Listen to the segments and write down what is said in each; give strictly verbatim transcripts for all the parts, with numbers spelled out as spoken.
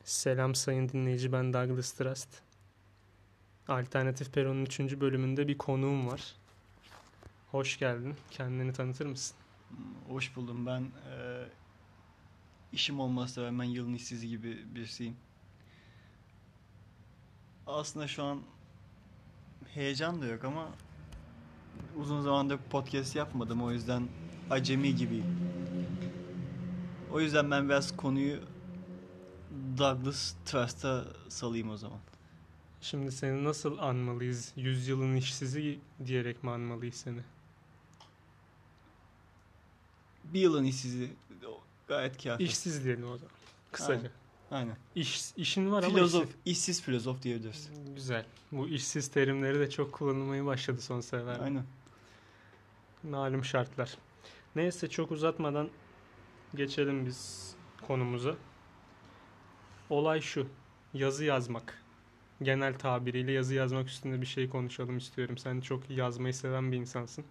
Selam sayın dinleyici, ben Douglas Trust. Alternatif Peron'un üçüncü bölümünde bir konuğum var. Hoş geldin. Kendini tanıtır mısın? Hoş buldum. Ben e, işim olmazsa hemen yılın işsizi gibi birisiyim. Aslında şu an heyecan da yok ama uzun zamandır podcast yapmadım. O yüzden acemi gibiyim. O yüzden ben biraz konuyu Douglas Trust'a salayım o zaman. Şimdi seni nasıl anmalıyız? Yüzyılın işsizi diyerek mi anmalıyız seni? Bir yılın işsizi gayet kafi. İşsiz diyelim o zaman. Kısaca. Aynen. Aynen. İş, işin var Filozof, ama işsiz. işsiz filozof diyebiliriz. Güzel. Bu işsiz terimleri de çok kullanılmaya başladı son sefer. Aynen. Malum şartlar. Neyse, çok uzatmadan geçelim biz konumuza. Olay şu. Yazı yazmak. Genel tabiriyle yazı yazmak üstünde bir şey konuşalım istiyorum. Sen çok yazmayı seven bir insansın.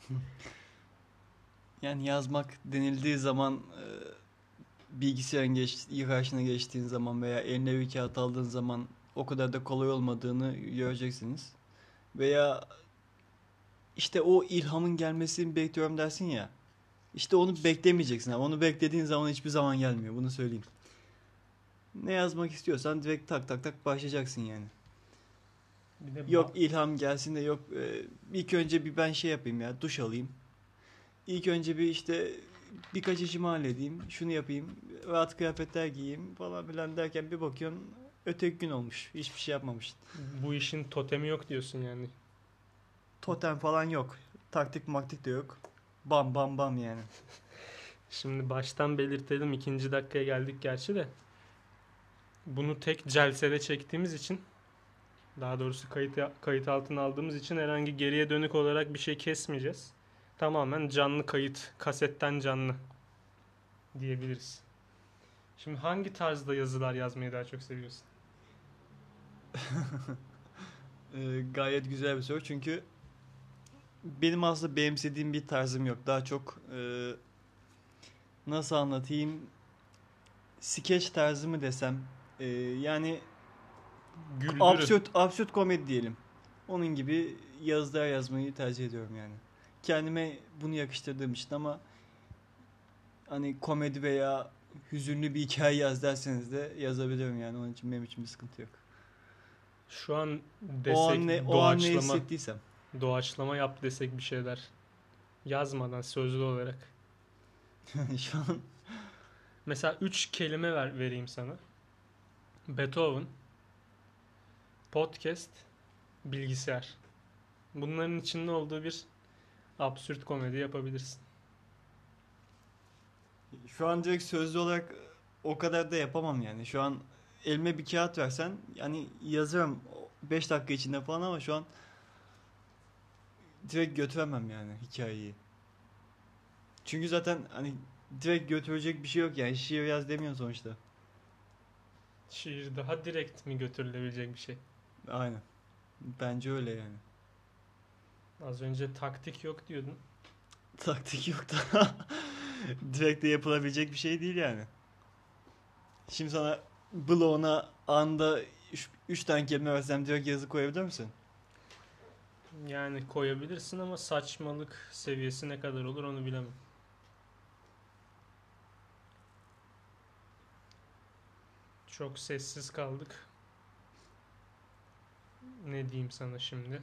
Yani yazmak denildiği zaman e, bilgisayarın geç, karşına geçtiğin zaman veya eline bir kağıt aldığın zaman o kadar da kolay olmadığını göreceksiniz. Veya işte o ilhamın gelmesini bekliyorum dersin ya. İşte onu beklemeyeceksin. Ama onu beklediğin zaman hiçbir zaman gelmiyor. Bunu söyleyeyim. Ne yazmak istiyorsan direkt tak tak tak başlayacaksın yani. Bir de Yok ilham gelsin de yok e, ilk önce bir ben şey yapayım ya, duş alayım. İlk önce bir işte birkaç işimi halledeyim, şunu yapayım, rahat kıyafetler giyeyim falan filan derken bir bakıyorsun öteki gün olmuş. Hiçbir şey yapmamışsın. bu işin totemi yok diyorsun yani. Totem falan yok. Taktik maktik de yok. Bam bam bam yani. Şimdi baştan belirtelim, ikinci dakikaya geldik gerçi de. Bunu tek celsede çektiğimiz için, daha doğrusu kayıt kayıt altına aldığımız için herhangi geriye dönük olarak bir şey kesmeyeceğiz. Tamamen canlı kayıt, kasetten canlı diyebiliriz. Şimdi hangi tarzda yazılar yazmayı daha çok seviyorsun? Ee, gayet güzel bir soru çünkü benim aslında benimsediğim bir tarzım yok. Daha çok e, nasıl anlatayım, skeç tarzı mı desem, e, yani Güldürün. absürt absürt komedi diyelim. Onun gibi yazılar yazmayı tercih ediyorum yani. Kendime bunu yakıştırdığım için ama hani komedi veya hüzünlü bir hikaye yaz derseniz de yazabiliyorum yani. Onun için benim için bir sıkıntı yok. Şu an O an ne, desek o an ne doğaçlama, hissettiysem. doğaçlama yap desek bir şeyler. Yazmadan, sözlü olarak. Şu an Mesela üç kelime ver, vereyim sana. Beethoven, podcast, bilgisayar. Bunların içinde olduğu bir absürt komedi yapabilirsin. şu an direkt sözlü olarak o kadar da yapamam yani. Şu an elime bir kağıt versen yani yazarım beş dakika içinde falan ama şu an direkt götüremem yani hikayeyi. Çünkü zaten hani direkt götürecek bir şey yok yani. Şiir yaz demiyor sonuçta. Şiir daha direkt mi götürülebilecek bir şey? Aynen. Bence öyle yani. Az önce taktik yok diyordun. Taktik yok da direkt de yapılabilecek bir şey değil yani. Şimdi sana bloğuna anda üç tane kelime versem direkt yazı koyabilir misin? Yani koyabilirsin ama saçmalık seviyesi ne kadar olur onu bilemem. Çok sessiz kaldık. Ne diyeyim sana şimdi?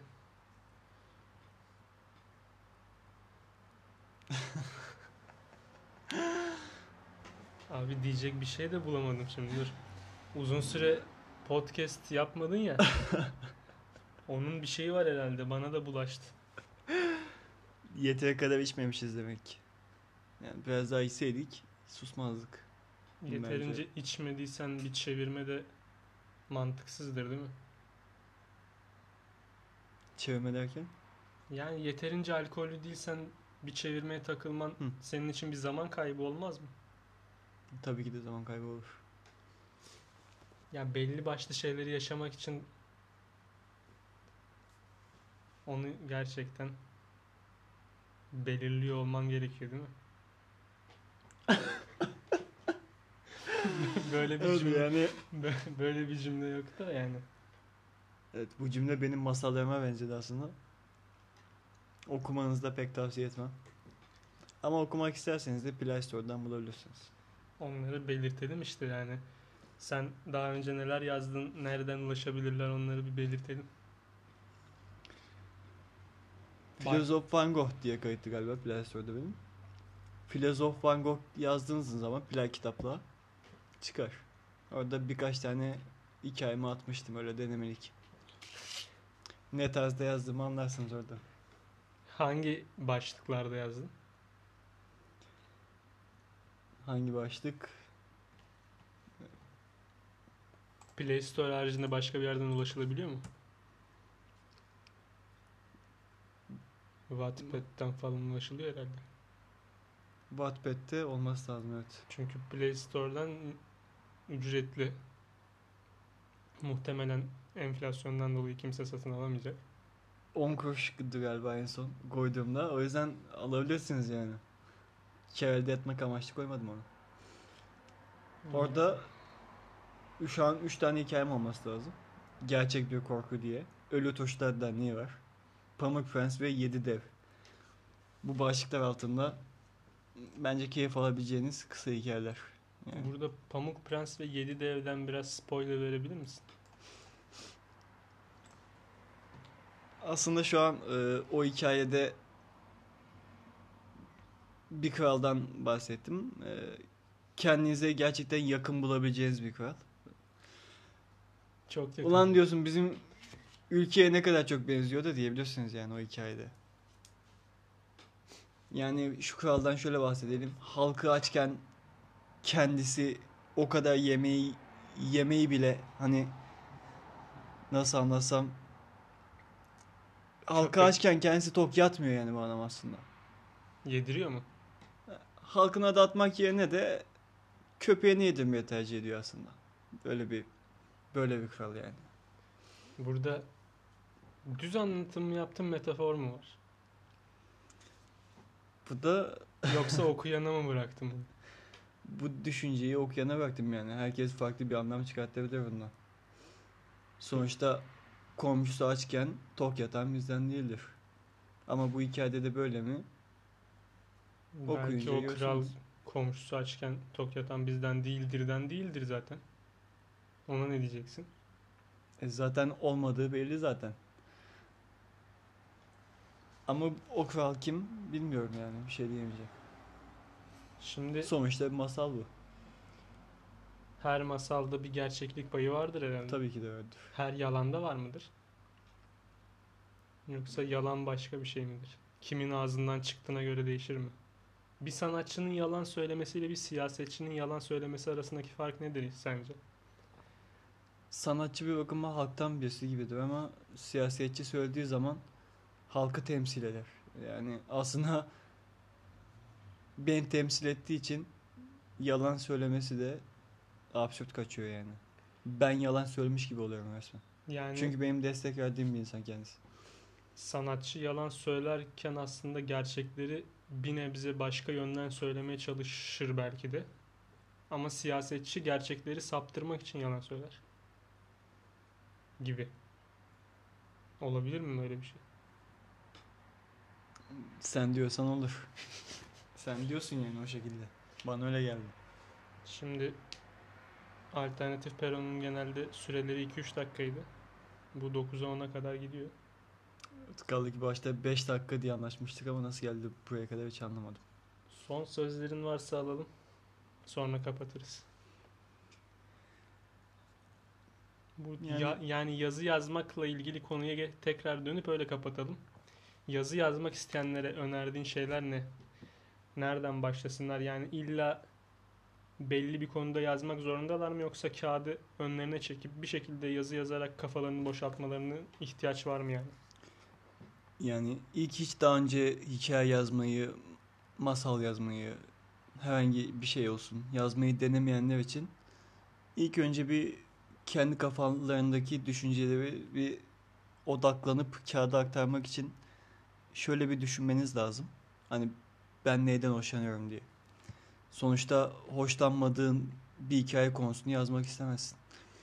Abi diyecek bir şey de bulamadım şimdi, dur. Uzun süre podcast yapmadın ya. Onun bir şeyi var herhalde, bana da bulaştı. Yeteri kadar içmemişiz demek ki. Yani biraz daha içseydik susmazdık. Yeterince Bence. içmediysen bir çevirme de mantıksızdır değil mi? Çevirme derken? Yani yeterince alkollü değilsen bir çevirmeye takılman Hı. senin için bir zaman kaybı olmaz mı? Tabii ki de zaman kaybı olur. Ya belli başlı şeyleri yaşamak için onu gerçekten belirliyor olman gerekiyor değil mi? Böyle bir Evet, cümle yani bö- böyle bir cümle yok da yani. evet, bu cümle benim masallarıma benzedi aslında. Okumanızı da pek tavsiye etmem. Ama okumak isterseniz de Play Store'dan bulabilirsiniz. Onları belirtelim işte yani. Sen daha önce neler yazdın, nereden ulaşabilirler onları bir belirtelim. Bak, Filozof Van Gogh diye kayıtlı galiba Play Store'da benim. Filozof Van Gogh yazdığınız zaman Play kitapla çıkar. Orada birkaç tane hikayemi atmıştım öyle denemelik. Ne tarzda yazdığımı anlarsınız orada. hangi başlıklarda yazdın? Hangi başlık? Play Store haricinde başka bir yerden ulaşılabiliyor mu? Wattpad'den falan ulaşılıyor herhalde. Wattpad'de olması lazım, evet. Çünkü Play Store'dan ücretli. Muhtemelen enflasyondan dolayı kimse satın alamayacak. on kuruştu galiba en son koyduğumda. O yüzden alabilirsiniz yani. Kâr elde etmek amaçlı koymadım onu. Orada şu an üç tane hikayem olması lazım. Gerçek bir korku diye. Ölü Tuşlar Derneği var. Pamuk Prens ve Yedi Dev. Bu başlıklar altında bence keyif alabileceğiniz kısa hikayeler. Yani Burada Pamuk Prens ve Yedi Dev'den biraz spoiler verebilir misin? aslında şu an e, o hikayede bir kraldan bahsettim. E, kendinize gerçekten yakın bulabileceğiniz bir kral. Çok yakın. Ulan diyorsun bizim ülkeye ne kadar çok benziyor da diyebilirsiniz yani o hikayede. Yani şu kraldan şöyle bahsedelim. Halkı açken kendisi o kadar yemeği yemeği bile hani nasıl anlatsam halkı Köpek açken kendisi tok yatmıyor yani bu adam aslında. yediriyor mu? Halkına dağıtmak yerine de köpeğini yedirmeyi tercih ediyor aslında. Böyle bir böyle bir kral yani. Burada düz anlatım mı yaptın, metafor mu var? Bu da Yoksa okuyana mı bıraktım bunu? bu düşünceyi okuyana bıraktım yani. Herkes farklı bir anlam çıkartabilir bundan. Sonuçta komşusu açken tok yatan bizden değildir. Ama bu hikayede de böyle mi? Belki Okuyunca o kral görürsünüz. komşusu açken tok yatan bizden değildirden değildir zaten. Ona ne diyeceksin? E zaten olmadığı belli zaten. Ama o kral kim bilmiyorum yani bir şey diyemeyeceğim. Şimdi Sonuçta bir masal bu. her masalda bir gerçeklik payı vardır herhalde. Tabii ki de öyledir. Her yalanda var mıdır? Yoksa yalan başka bir şey midir? Kimin ağzından çıktığına göre değişir mi? Bir sanatçının yalan söylemesiyle bir siyasetçinin yalan söylemesi arasındaki fark nedir sence? Sanatçı bir bakıma halktan birisi gibidir ama siyasetçi söylediği zaman halkı temsil eder. Yani aslında beni temsil ettiği için yalan söylemesi de absürt kaçıyor yani. Ben yalan söylemiş gibi oluyorum resmen. Yani Çünkü benim destek verdiğim bir insan kendisi. sanatçı yalan söylerken aslında gerçekleri bir nebze başka yönden söylemeye çalışır belki de. Ama siyasetçi gerçekleri saptırmak için yalan söyler. Gibi. Olabilir mi böyle bir şey? Sen diyorsan olur. Sen diyorsun yani o şekilde. Bana öyle geldi. Şimdi alternatif peronun genelde süreleri iki üç dakikaydı. Bu dokuza ona kadar gidiyor. Kaldı ki başta beş dakika diye anlaşmıştık ama nasıl geldi buraya kadar hiç anlamadım. Son sözlerin varsa alalım. Sonra kapatırız. Bu Yani ya- yani yazı yazmakla ilgili konuya ge- tekrar dönüp öyle kapatalım. Yazı yazmak isteyenlere önerdiğin şeyler ne? Nereden başlasınlar? Yani illa belli bir konuda yazmak zorundalar mı, yoksa kağıdı önlerine çekip bir şekilde yazı yazarak kafalarını boşaltmalarına ihtiyaç var mı yani? yani ilk hiç daha önce hikaye yazmayı, masal yazmayı, herhangi bir şey olsun yazmayı denemeyenler için ilk önce bir kendi kafalarındaki düşünceleri bir odaklanıp kağıda aktarmak için şöyle bir düşünmeniz lazım. Hani ben neyden hoşlanıyorum diye. Sonuçta hoşlanmadığın bir hikaye konusunu yazmak istemezsin.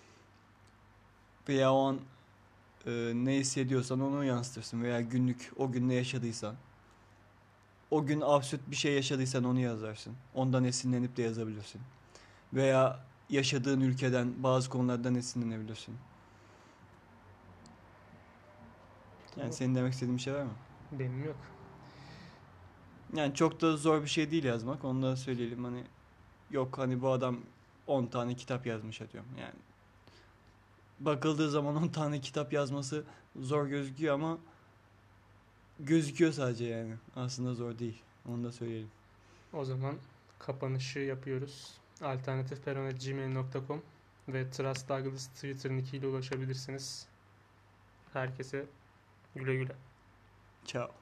Veya o an e, ne hissediyorsan onu yansıtırsın. Veya günlük o gün ne yaşadıysan. O gün absürt bir şey yaşadıysan onu yazarsın. Ondan esinlenip de yazabilirsin. Veya yaşadığın ülkeden bazı konulardan esinlenebilirsin. Yani Doğru. senin demek istediğin bir şey var mı? Benim yok. Yani çok da zor bir şey değil yazmak. Onu da söyleyelim. Hani yok hani bu adam on tane kitap yazmış atıyorum. Yani bakıldığı zaman on tane kitap yazması zor gözüküyor ama gözüküyor sadece yani. Aslında zor değil. Onu da söyleyelim. O zaman kapanışı yapıyoruz. alternatifperon at gmail nokta com ve Trust Douglas Twitter nick ile ulaşabilirsiniz. Herkese güle güle. Ciao.